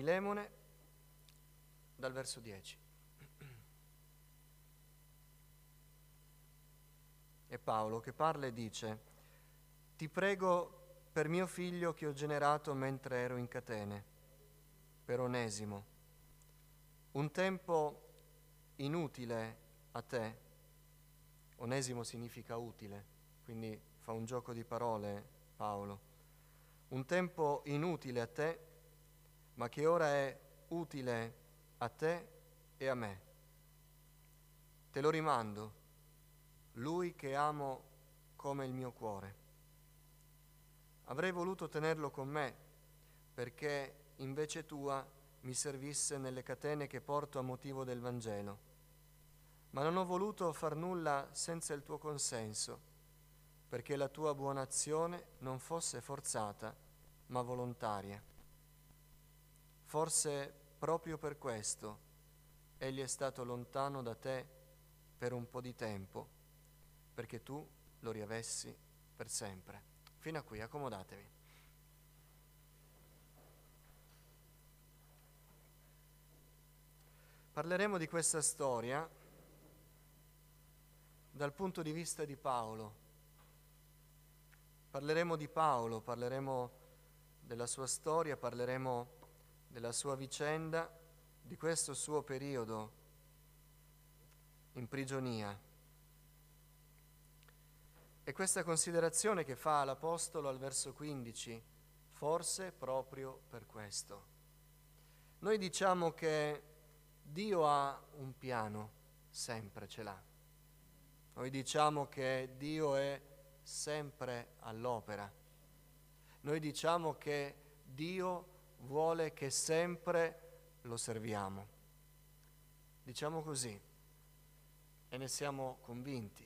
Filemone, dal verso 10. È Paolo che parla e dice: ti prego per mio figlio che ho generato mentre ero in catene, per Onesimo, un tempo inutile a te. Onesimo significa utile, quindi fa un gioco di parole Paolo. Un tempo inutile a te, ma che ora è utile a te e a me. Te lo rimando, lui che amo come il mio cuore. Avrei voluto tenerlo con me, perché invece tua mi servisse nelle catene che porto a motivo del Vangelo. Ma non ho voluto far nulla senza il tuo consenso, perché la tua buona azione non fosse forzata, ma volontaria. Forse proprio per questo egli è stato lontano da te per un po' di tempo, perché tu lo riavessi per sempre. Fino a qui, accomodatevi. Parleremo di questa storia dal punto di vista di Paolo. Parleremo di Paolo, parleremo della sua storia, parleremo della sua vicenda, di questo suo periodo in prigionia. E questa considerazione che fa l'Apostolo al verso 15, forse proprio per questo. Noi diciamo che Dio ha un piano, sempre ce l'ha. Noi diciamo che Dio è sempre all'opera. Noi diciamo che Dio vuole che sempre lo serviamo. Diciamo così e ne siamo convinti.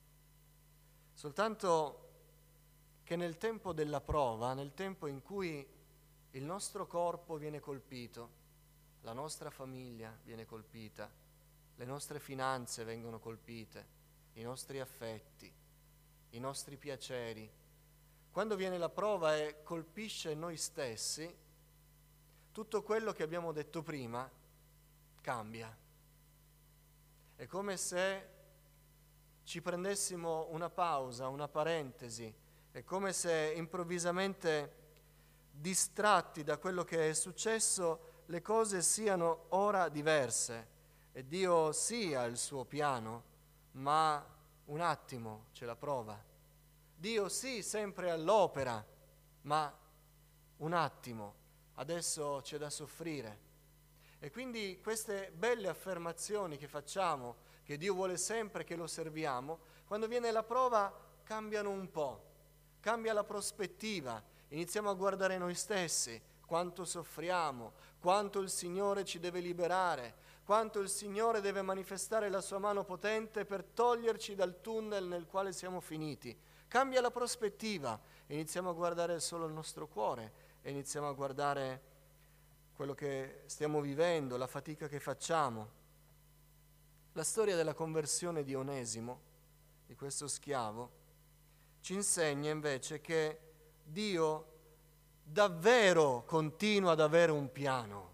Soltanto che nel tempo della prova, nel tempo in cui il nostro corpo viene colpito, la nostra famiglia viene colpita, le nostre finanze vengono colpite, i nostri affetti, i nostri piaceri. Quando viene la prova e colpisce noi stessi, tutto quello che abbiamo detto prima cambia. È come se ci prendessimo una pausa, una parentesi, è come se improvvisamente, distratti da quello che è successo, le cose siano ora diverse e Dio sia il suo piano, ma un attimo c'è la prova. Dio sì, sempre all'opera, ma un attimo, adesso c'è da soffrire. E quindi queste belle affermazioni che facciamo, che Dio vuole sempre che lo serviamo, quando viene la prova cambiano un po', cambia la prospettiva, iniziamo a guardare noi stessi, quanto soffriamo, quanto il Signore ci deve liberare, quanto il Signore deve manifestare la sua mano potente per toglierci dal tunnel nel quale siamo finiti. Cambia la prospettiva, iniziamo a guardare solo il nostro cuore e iniziamo a guardare quello che stiamo vivendo, la fatica che facciamo. La storia della conversione di Onesimo, di questo schiavo, ci insegna invece che Dio davvero continua ad avere un piano.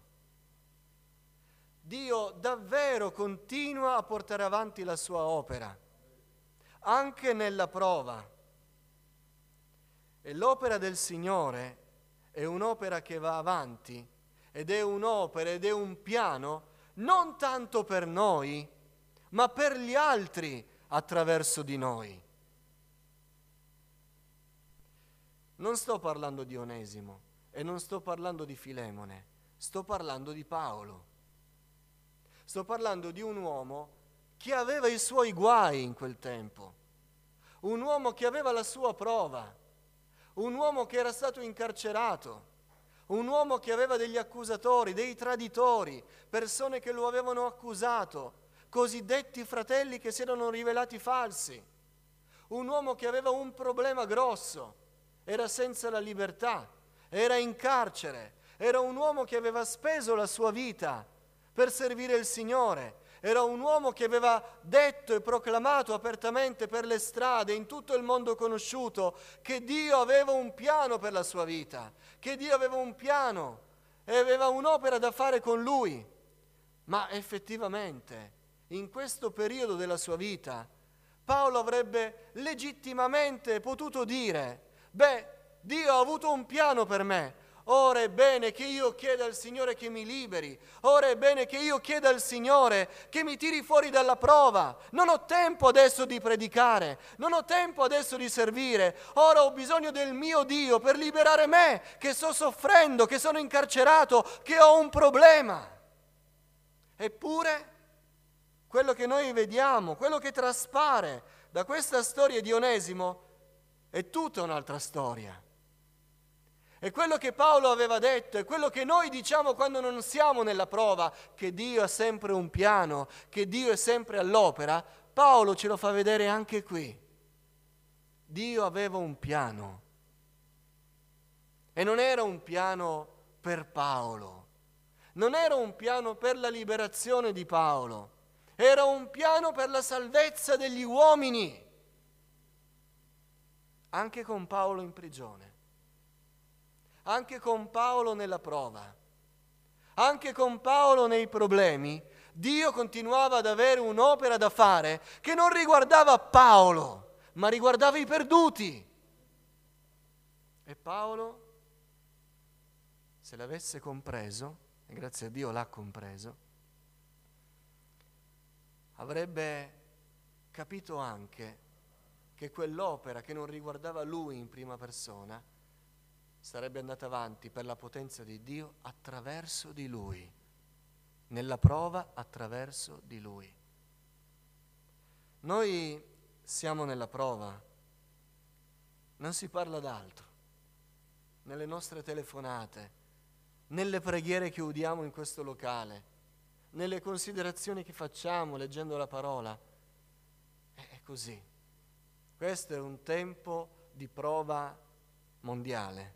Dio davvero continua a portare avanti la sua opera, anche nella prova. E l'opera del Signore è un'opera che va avanti ed è un'opera ed è un piano non tanto per noi, ma per gli altri attraverso di noi. Non sto parlando di Onesimo e non sto parlando di Filemone, sto parlando di Paolo. Sto parlando di un uomo che aveva i suoi guai in quel tempo, un uomo che aveva la sua prova, un uomo che era stato incarcerato, un uomo che aveva degli accusatori, dei traditori, persone che lo avevano accusato, cosiddetti fratelli che si erano rivelati falsi, un uomo che aveva un problema grosso, era senza la libertà, era in carcere, era un uomo che aveva speso la sua vita per servire il Signore, era un uomo che aveva detto e proclamato apertamente per le strade, in tutto il mondo conosciuto, che Dio aveva un piano per la sua vita, che Dio aveva un piano e aveva un'opera da fare con lui. Ma effettivamente, in questo periodo della sua vita, Paolo avrebbe legittimamente potuto dire: beh, Dio ha avuto un piano per me. Ora è bene che io chieda al Signore che mi liberi. Ora è bene che io chieda al Signore che mi tiri fuori dalla prova. Non ho tempo adesso di predicare, non ho tempo adesso di servire. Ora ho bisogno del mio Dio per liberare me, che sto soffrendo, che sono incarcerato, che ho un problema. Eppure, quello che noi vediamo, quello che traspare da questa storia di Onesimo è tutta un'altra storia. E quello che Paolo aveva detto, è quello che noi diciamo quando non siamo nella prova, che Dio ha sempre un piano, che Dio è sempre all'opera, Paolo ce lo fa vedere anche qui. Dio aveva un piano. E non era un piano per Paolo, non era un piano per la liberazione di Paolo, era un piano per la salvezza degli uomini, anche con Paolo in prigione. Anche con Paolo nella prova, anche con Paolo nei problemi, Dio continuava ad avere un'opera da fare che non riguardava Paolo, ma riguardava i perduti. E Paolo, se l'avesse compreso, e grazie a Dio l'ha compreso, avrebbe capito anche che quell'opera che non riguardava lui in prima persona sarebbe andata avanti per la potenza di Dio attraverso di lui, nella prova attraverso di lui. Noi siamo nella prova, non si parla d'altro, nelle nostre telefonate, nelle preghiere che udiamo in questo locale, nelle considerazioni che facciamo leggendo la parola. È così. Questo è un tempo di prova mondiale.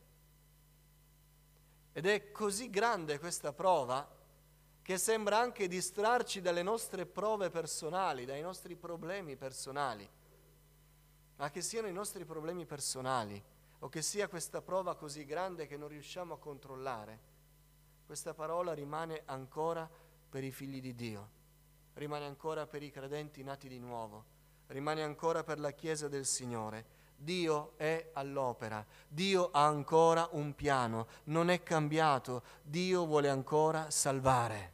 Ed è così grande questa prova che sembra anche distrarci dalle nostre prove personali, dai nostri problemi personali. Ma che siano i nostri problemi personali o che sia questa prova così grande che non riusciamo a controllare, questa parola rimane ancora per i figli di Dio, rimane ancora per i credenti nati di nuovo, rimane ancora per la Chiesa del Signore. Dio è all'opera, Dio ha ancora un piano, non è cambiato, Dio vuole ancora salvare.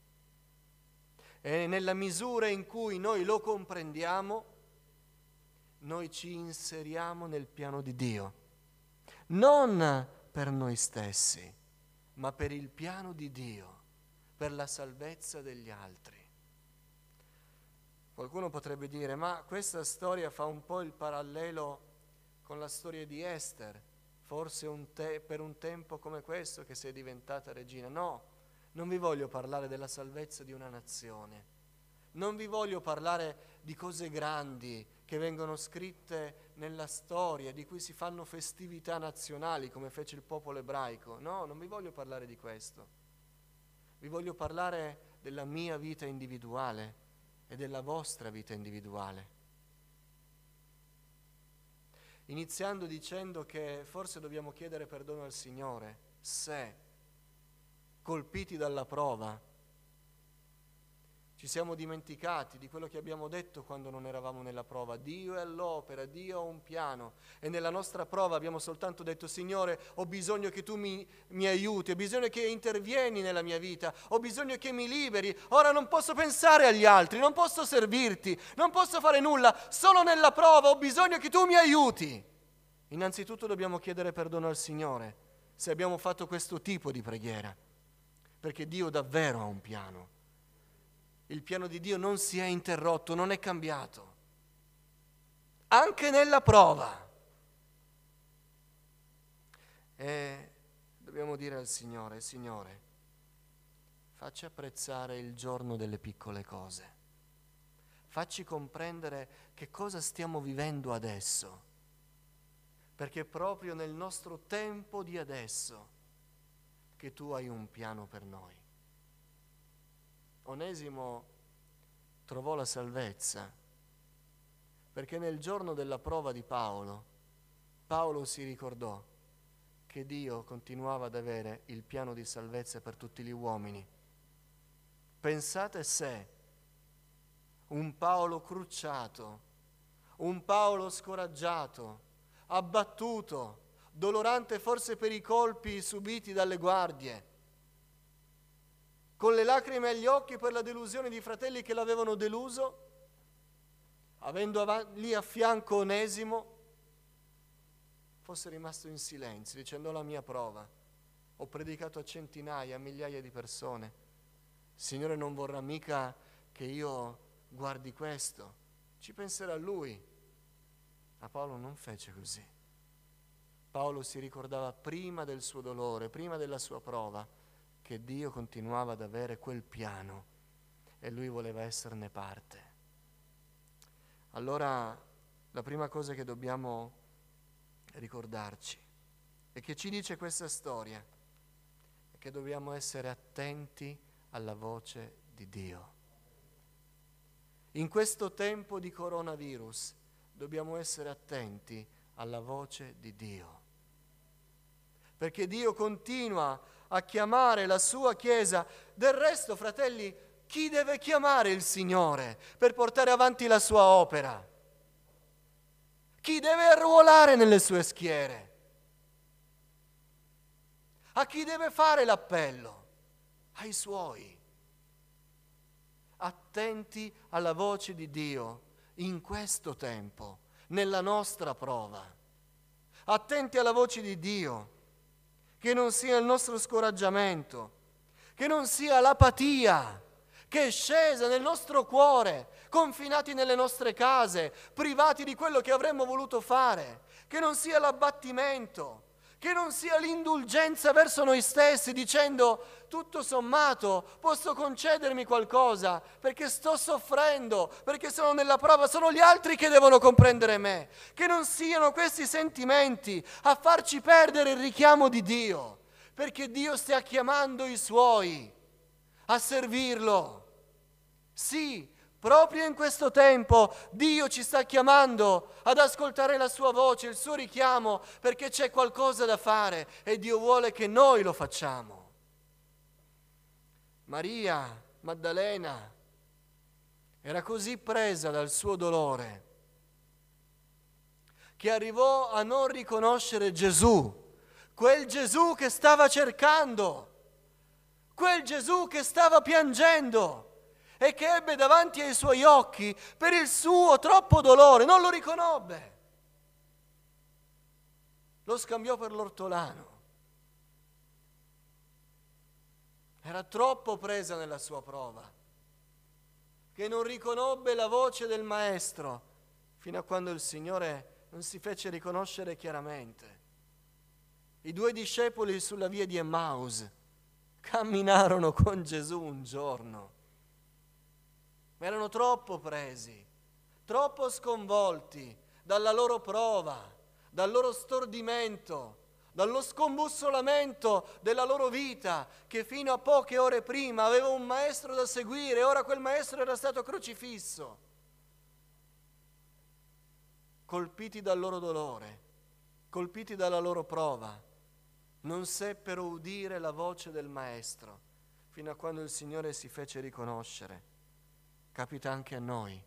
E nella misura in cui noi lo comprendiamo, noi ci inseriamo nel piano di Dio, non per noi stessi, ma per il piano di Dio, per la salvezza degli altri. Qualcuno potrebbe dire: ma questa storia fa un po' il parallelo con la storia di Ester, forse per un tempo come questo che sei diventata regina. No, non vi voglio parlare della salvezza di una nazione, non vi voglio parlare di cose grandi che vengono scritte nella storia, di cui si fanno festività nazionali come fece il popolo ebraico. No, non vi voglio parlare di questo. Vi voglio parlare della mia vita individuale e della vostra vita individuale. Iniziando dicendo che forse dobbiamo chiedere perdono al Signore se, colpiti dalla prova, ci siamo dimenticati di quello che abbiamo detto quando non eravamo nella prova. Dio è all'opera, Dio ha un piano, e nella nostra prova abbiamo soltanto detto: Signore, ho bisogno che tu mi aiuti, ho bisogno che intervieni nella mia vita, ho bisogno che mi liberi, ora non posso pensare agli altri, non posso servirti, non posso fare nulla, solo nella prova ho bisogno che tu mi aiuti. Innanzitutto dobbiamo chiedere perdono al Signore se abbiamo fatto questo tipo di preghiera, perché Dio davvero ha un piano. Il piano di Dio non si è interrotto, non è cambiato, anche nella prova. E dobbiamo dire al Signore: Signore, facci apprezzare il giorno delle piccole cose, facci comprendere che cosa stiamo vivendo adesso, perché è proprio nel nostro tempo di adesso che tu hai un piano per noi. Onesimo trovò la salvezza perché nel giorno della prova di Paolo si ricordò che Dio continuava ad avere il piano di salvezza per tutti gli uomini. Pensate se un Paolo crucciato, un Paolo scoraggiato, abbattuto, dolorante forse per i colpi subiti dalle guardie, con le lacrime agli occhi per la delusione di fratelli che l'avevano deluso, avendo lì a fianco Onesimo, fosse rimasto in silenzio, dicendo: la mia prova, ho predicato a centinaia, a migliaia di persone, il Signore non vorrà mica che io guardi questo, ci penserà Lui. Ma Paolo non fece così. Paolo si ricordava prima del suo dolore, prima della sua prova, che Dio continuava ad avere quel piano e lui voleva esserne parte. Allora, la prima cosa che dobbiamo ricordarci e che ci dice questa storia è che dobbiamo essere attenti alla voce di Dio. In questo tempo di coronavirus dobbiamo essere attenti alla voce di Dio, perché Dio continua a chiamare la sua Chiesa. Del resto, fratelli, chi deve chiamare il Signore per portare avanti la sua opera? Chi deve arruolare nelle sue schiere? A chi deve fare l'appello? Ai suoi. Attenti alla voce di Dio in questo tempo, nella nostra prova. Attenti alla voce di Dio, che non sia il nostro scoraggiamento, che non sia l'apatia che è scesa nel nostro cuore, confinati nelle nostre case, privati di quello che avremmo voluto fare, che non sia l'abbattimento, che non sia l'indulgenza verso noi stessi, dicendo: tutto sommato posso concedermi qualcosa perché sto soffrendo, perché sono nella prova, sono gli altri che devono comprendere me. Che non siano questi sentimenti a farci perdere il richiamo di Dio, perché Dio sta chiamando i suoi a servirlo. Sì, proprio in questo tempo Dio ci sta chiamando ad ascoltare la sua voce, il suo richiamo, perché c'è qualcosa da fare e Dio vuole che noi lo facciamo. Maria Maddalena era così presa dal suo dolore che arrivò a non riconoscere Gesù, quel Gesù che stava cercando, quel Gesù che stava piangendo e che ebbe davanti ai suoi occhi per il suo troppo dolore, non lo riconobbe, lo scambiò per l'ortolano. Era troppo presa nella sua prova, che non riconobbe la voce del Maestro, fino a quando il Signore non si fece riconoscere chiaramente. I due discepoli sulla via di Emmaus camminarono con Gesù un giorno, ma erano troppo presi, troppo sconvolti dalla loro prova, dal loro stordimento, dallo scombussolamento della loro vita, che fino a poche ore prima aveva un maestro da seguire e ora quel maestro era stato crocifisso. Colpiti dal loro dolore, colpiti dalla loro prova, non seppero udire la voce del maestro fino a quando il Signore si fece riconoscere. Capita anche a noi.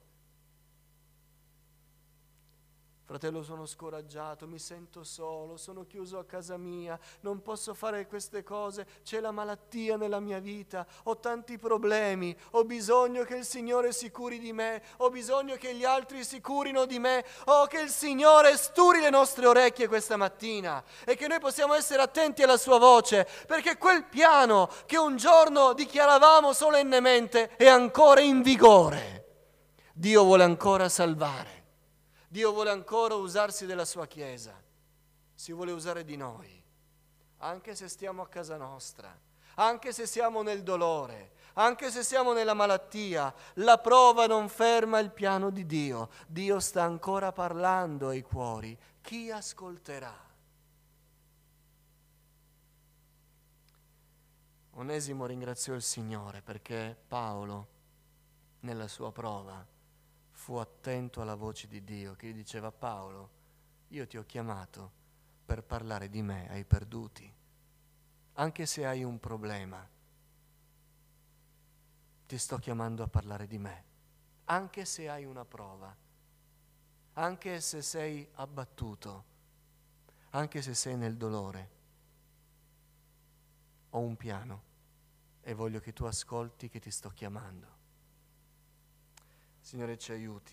Fratello, sono scoraggiato, mi sento solo, sono chiuso a casa mia, non posso fare queste cose, c'è la malattia nella mia vita, ho tanti problemi, ho bisogno che il Signore si curi di me, ho bisogno che gli altri si curino di me, che il Signore sturi le nostre orecchie questa mattina e che noi possiamo essere attenti alla sua voce, perché quel piano che un giorno dichiaravamo solennemente è ancora in vigore. Dio vuole ancora salvare. Dio vuole ancora usarsi della sua Chiesa, si vuole usare di noi, anche se stiamo a casa nostra, anche se siamo nel dolore, anche se siamo nella malattia. La prova non ferma il piano di Dio. Dio sta ancora parlando ai cuori. Chi ascolterà? Onesimo ringraziò il Signore perché Paolo, nella sua prova, fu attento alla voce di Dio che gli diceva: Paolo, io ti ho chiamato per parlare di me ai perduti. Anche se hai un problema, ti sto chiamando a parlare di me. Anche se hai una prova, anche se sei abbattuto, anche se sei nel dolore, ho un piano e voglio che tu ascolti che ti sto chiamando. Signore, ci aiuti.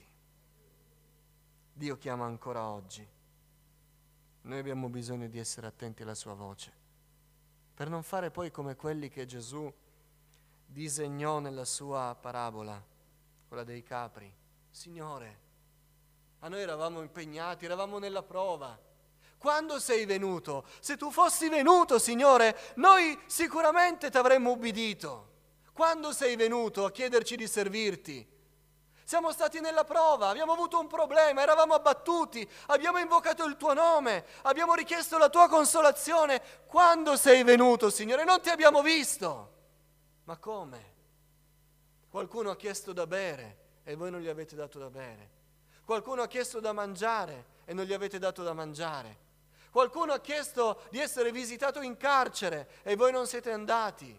Dio chiama ancora oggi. Noi abbiamo bisogno di essere attenti alla sua voce, per non fare poi come quelli che Gesù disegnò nella sua parabola, quella dei capri. Signore, a noi eravamo impegnati, eravamo nella prova. Quando sei venuto? Se tu fossi venuto, Signore, noi sicuramente ti avremmo ubbidito. Quando sei venuto a chiederci di servirti? Siamo stati nella prova, abbiamo avuto un problema, eravamo abbattuti, abbiamo invocato il tuo nome, abbiamo richiesto la tua consolazione. Quando sei venuto, Signore? Non ti abbiamo visto. Ma come? Qualcuno ha chiesto da bere e voi non gli avete dato da bere. Qualcuno ha chiesto da mangiare e non gli avete dato da mangiare. Qualcuno ha chiesto di essere visitato in carcere e voi non siete andati.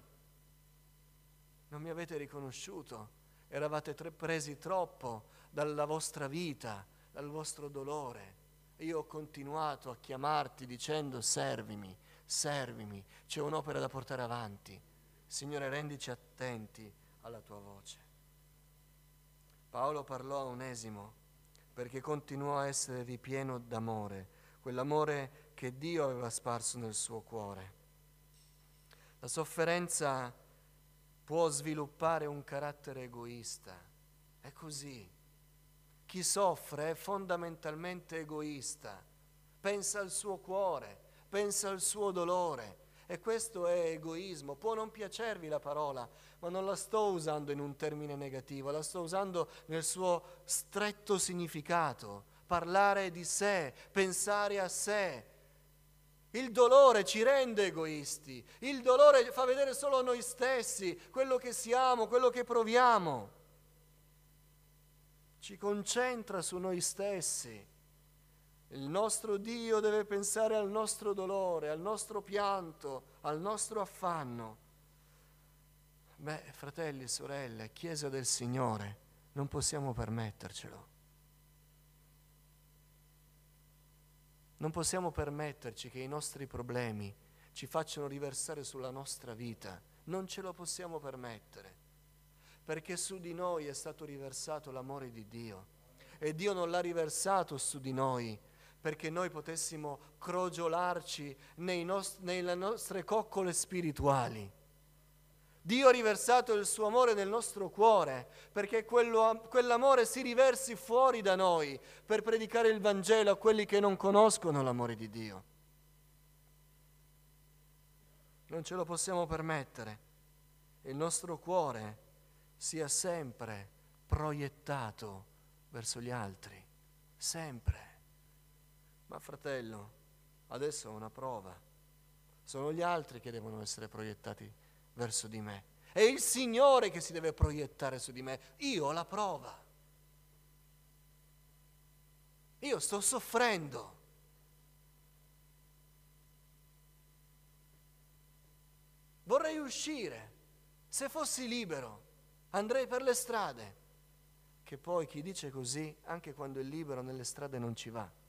Non mi avete riconosciuto. Eravate presi troppo dalla vostra vita, dal vostro dolore. E io ho continuato a chiamarti dicendo servimi, servimi, c'è un'opera da portare avanti. Signore, rendici attenti alla tua voce. Paolo parlò a Onesimo perché continuò a essere ripieno d'amore, quell'amore che Dio aveva sparso nel suo cuore. La sofferenza può sviluppare un carattere egoista, è così. Chi soffre è fondamentalmente egoista, pensa al suo cuore, pensa al suo dolore, e questo è egoismo. Può non piacervi la parola, ma non la sto usando in un termine negativo, la sto usando nel suo stretto significato, parlare di sé, pensare a sé. Il dolore ci rende egoisti, il dolore fa vedere solo noi stessi, quello che siamo, quello che proviamo. Ci concentra su noi stessi. Il nostro Dio deve pensare al nostro dolore, al nostro pianto, al nostro affanno. Beh, fratelli e sorelle, Chiesa del Signore, non possiamo permettercelo. Non possiamo permetterci che i nostri problemi ci facciano riversare sulla nostra vita. Non ce lo possiamo permettere, perché su di noi è stato riversato l'amore di Dio. E Dio non l'ha riversato su di noi perché noi potessimo crogiolarci nelle nostre coccole spirituali. Dio ha riversato il suo amore nel nostro cuore perché quell'amore si riversi fuori da noi per predicare il Vangelo a quelli che non conoscono l'amore di Dio. Non ce lo possiamo permettere. Il nostro cuore sia sempre proiettato verso gli altri, sempre. Ma fratello, adesso è una prova. Sono gli altri che devono essere proiettati verso di me. È il Signore che si deve proiettare su di me. Io ho la prova. Io sto soffrendo. Vorrei uscire. Se fossi libero, andrei per le strade. Che poi chi dice così, anche quando è libero, nelle strade non ci va.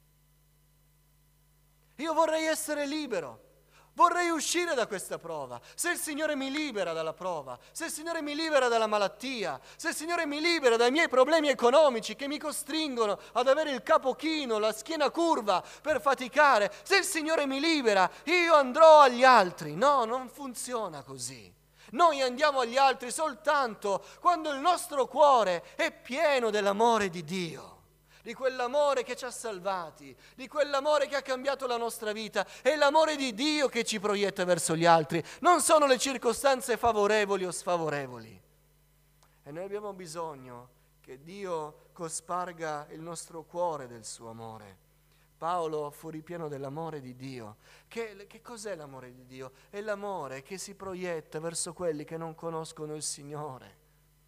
Io vorrei essere libero. Vorrei uscire da questa prova. Se il Signore mi libera dalla prova, se il Signore mi libera dalla malattia, se il Signore mi libera dai miei problemi economici che mi costringono ad avere il capo chino, la schiena curva per faticare, se il Signore mi libera, io andrò agli altri. No, non funziona così. Noi andiamo agli altri soltanto quando il nostro cuore è pieno dell'amore di Dio. Di quell'amore che ci ha salvati, di quell'amore che ha cambiato la nostra vita. È l'amore di Dio che ci proietta verso gli altri, non sono le circostanze favorevoli o sfavorevoli. E noi abbiamo bisogno che Dio cosparga il nostro cuore del suo amore. Paolo fu ripieno dell'amore di Dio. Che cos'è l'amore di Dio? È l'amore che si proietta verso quelli che non conoscono il Signore.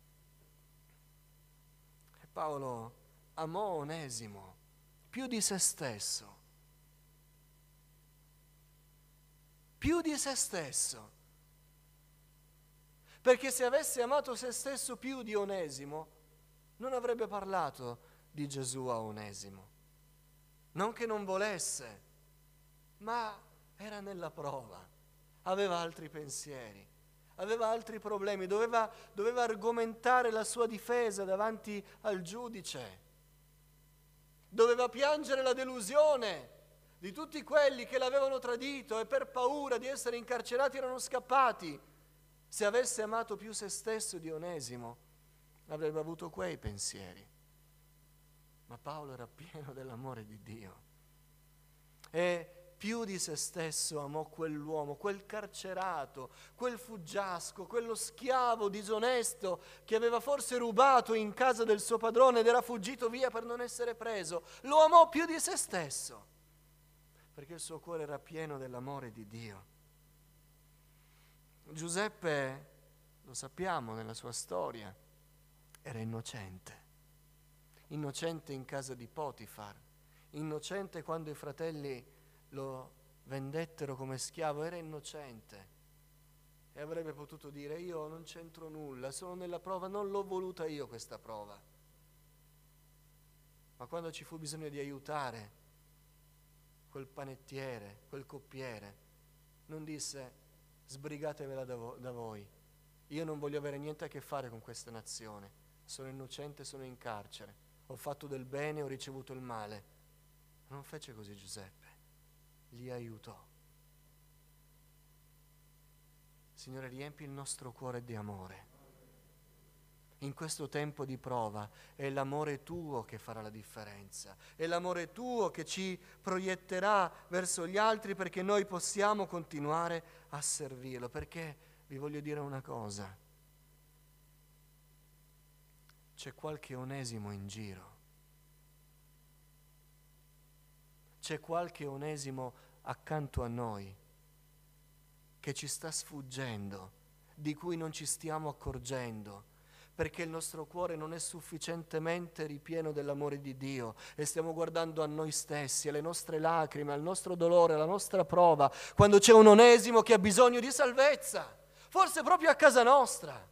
E Paolo amò Onesimo più di se stesso. più di se stesso. Perché se avesse amato se stesso più di Onesimo, non avrebbe parlato di Gesù a Onesimo. Non che non volesse, ma era nella prova, aveva altri pensieri, aveva altri problemi, doveva argomentare la sua difesa davanti al giudice, doveva piangere la delusione di tutti quelli che l'avevano tradito e per paura di essere incarcerati erano scappati. Se avesse amato più se stesso di Onesimo, avrebbe avuto quei pensieri. Ma Paolo era pieno dell'amore di Dio e più di se stesso amò quell'uomo, quel carcerato, quel fuggiasco, quello schiavo disonesto che aveva forse rubato in casa del suo padrone ed era fuggito via per non essere preso. Lo amò più di se stesso, perché il suo cuore era pieno dell'amore di Dio. Giuseppe, lo sappiamo nella sua storia, era innocente in casa di Potifar, innocente quando i fratelli lo vendettero come schiavo, era innocente e avrebbe potuto dire: io non c'entro nulla, sono nella prova, non l'ho voluta io questa prova. Ma quando ci fu bisogno di aiutare quel panettiere, quel coppiere, non disse: sbrigatevela da voi, io non voglio avere niente a che fare con questa nazione, sono innocente, sono in carcere, ho fatto del bene, ho ricevuto il male. Non fece così Giuseppe, li aiutò. Signore, riempi il nostro cuore di amore. In questo tempo di prova è l'amore tuo che farà la differenza, è l'amore tuo che ci proietterà verso gli altri perché noi possiamo continuare a servirlo. Perché vi voglio dire una cosa: c'è qualche Onesimo in giro, c'è qualche Onesimo accanto a noi che ci sta sfuggendo, di cui non ci stiamo accorgendo, perché il nostro cuore non è sufficientemente ripieno dell'amore di Dio e stiamo guardando a noi stessi, alle nostre lacrime, al nostro dolore, alla nostra prova, quando c'è un Onesimo che ha bisogno di salvezza, forse proprio a casa nostra.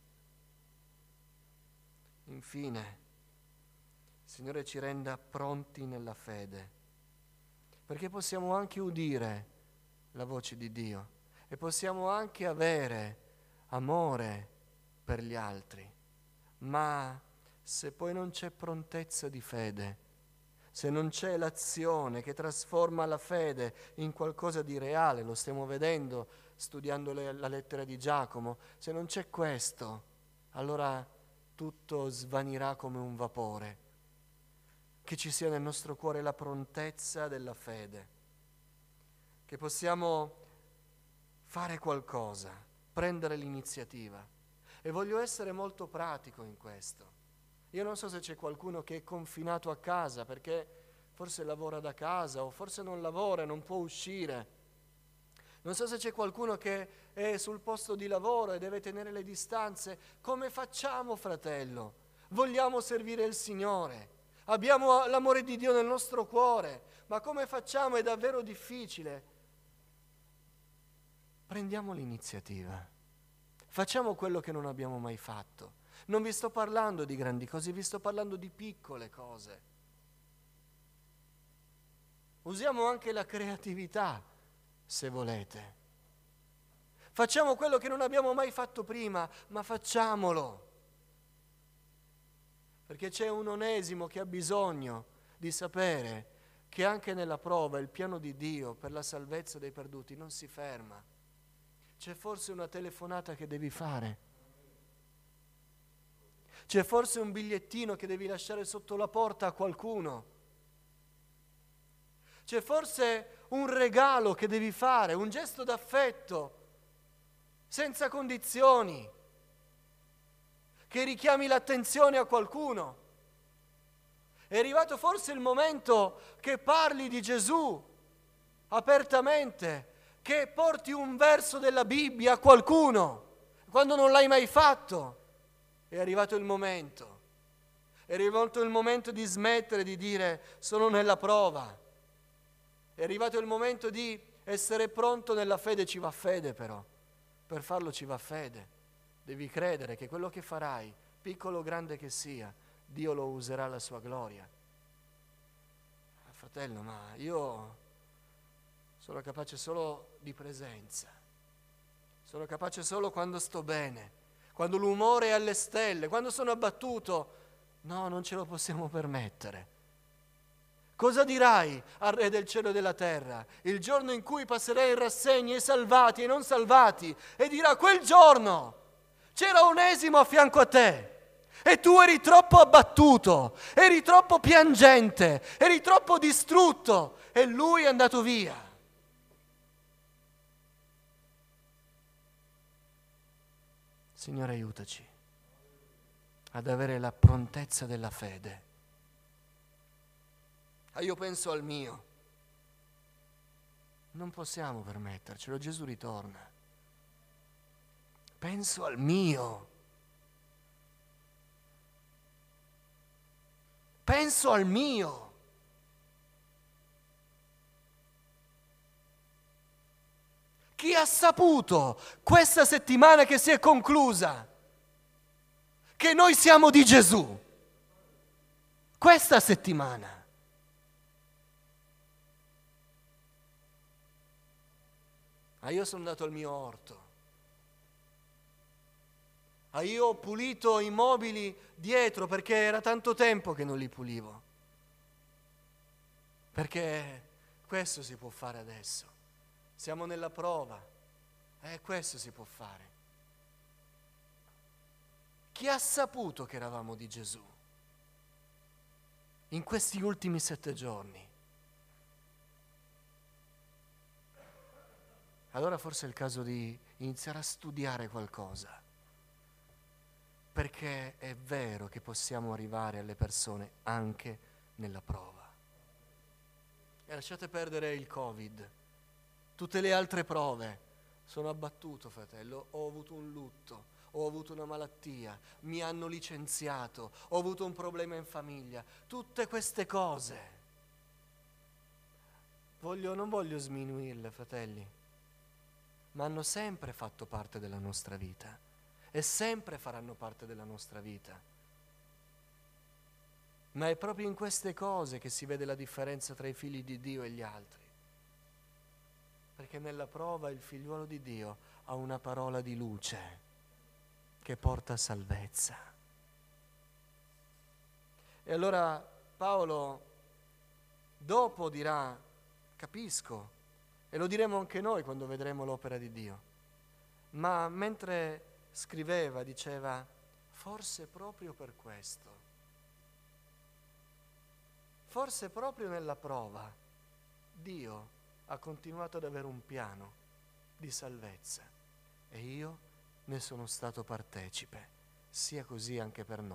Infine, il Signore ci renda pronti nella fede, perché possiamo anche udire la voce di Dio e possiamo anche avere amore per gli altri, ma se poi non c'è prontezza di fede, se non c'è l'azione che trasforma la fede in qualcosa di reale, lo stiamo vedendo studiando la lettera di Giacomo, se non c'è questo, allora tutto svanirà come un vapore. Che ci sia nel nostro cuore la prontezza della fede, che possiamo fare qualcosa, prendere l'iniziativa. E voglio essere molto pratico in questo. Io non so se c'è qualcuno che è confinato a casa perché forse lavora da casa o forse non lavora e non può uscire. Non so se c'è qualcuno che è sul posto di lavoro e deve tenere le distanze. Come facciamo, fratello? Vogliamo servire il Signore. Abbiamo l'amore di Dio nel nostro cuore, ma come facciamo? È davvero difficile. Prendiamo l'iniziativa. Facciamo quello che non abbiamo mai fatto. Non vi sto parlando di grandi cose, vi sto parlando di piccole cose. Usiamo anche la creatività, se volete. Facciamo quello che non abbiamo mai fatto prima, ma facciamolo. Perché c'è un Onesimo che ha bisogno di sapere che anche nella prova il piano di Dio per la salvezza dei perduti non si ferma. C'è forse una telefonata che devi fare. C'è forse un bigliettino che devi lasciare sotto la porta a qualcuno. C'è forse un regalo che devi fare, un gesto d'affetto, senza condizioni, che richiami l'attenzione a qualcuno. È arrivato forse il momento che parli di Gesù apertamente, che porti un verso della Bibbia a qualcuno, quando non l'hai mai fatto. È arrivato il momento. È arrivato il momento di smettere di dire sono nella prova. È arrivato il momento di Essere pronto nella fede ci va fede però. Per farlo ci va fede. Devi credere che quello che farai, piccolo o grande che sia, Dio lo userà alla sua gloria. Fratello, ma io sono capace solo di presenza. Sono capace solo quando sto bene, quando l'umore è alle stelle, quando sono abbattuto. No, non ce lo possiamo permettere. Cosa dirai al Re del cielo e della terra il giorno in cui passerai in rassegna i salvati e i non salvati e dirà: quel giorno c'era Onesimo a fianco a te e tu eri troppo abbattuto, eri troppo piangente, eri troppo distrutto e lui è andato via. Signore, aiutaci ad avere la prontezza della fede. Io penso al mio. Non possiamo permettercelo, Gesù ritorna. Penso al mio. Penso al mio. Chi ha saputo questa settimana che si è conclusa che noi siamo di Gesù? Questa settimana. Io sono andato al mio orto. Io ho pulito i mobili dietro perché era tanto tempo che non li pulivo. Perché questo si può fare adesso. Siamo nella prova. Questo si può fare. Chi ha saputo che eravamo di Gesù in questi ultimi 7 giorni? Allora forse è il caso di iniziare a studiare qualcosa, perché è vero che possiamo arrivare alle persone anche nella prova. E lasciate perdere il Covid, tutte le altre prove. Sono abbattuto, fratello, ho avuto un lutto, ho avuto una malattia, mi hanno licenziato, ho avuto un problema in famiglia. Tutte queste cose. Non voglio sminuirle, fratelli, ma hanno sempre fatto parte della nostra vita e sempre faranno parte della nostra vita. Ma è proprio in queste cose che si vede la differenza tra i figli di Dio e gli altri. Perché nella prova il figliuolo di Dio ha una parola di luce che porta salvezza. E allora Paolo dopo dirà: capisco. E lo diremo anche noi quando vedremo l'opera di Dio. Ma mentre scriveva diceva: forse proprio per questo, forse proprio nella prova, Dio ha continuato ad avere un piano di salvezza e io ne sono stato partecipe. Sia così anche per noi.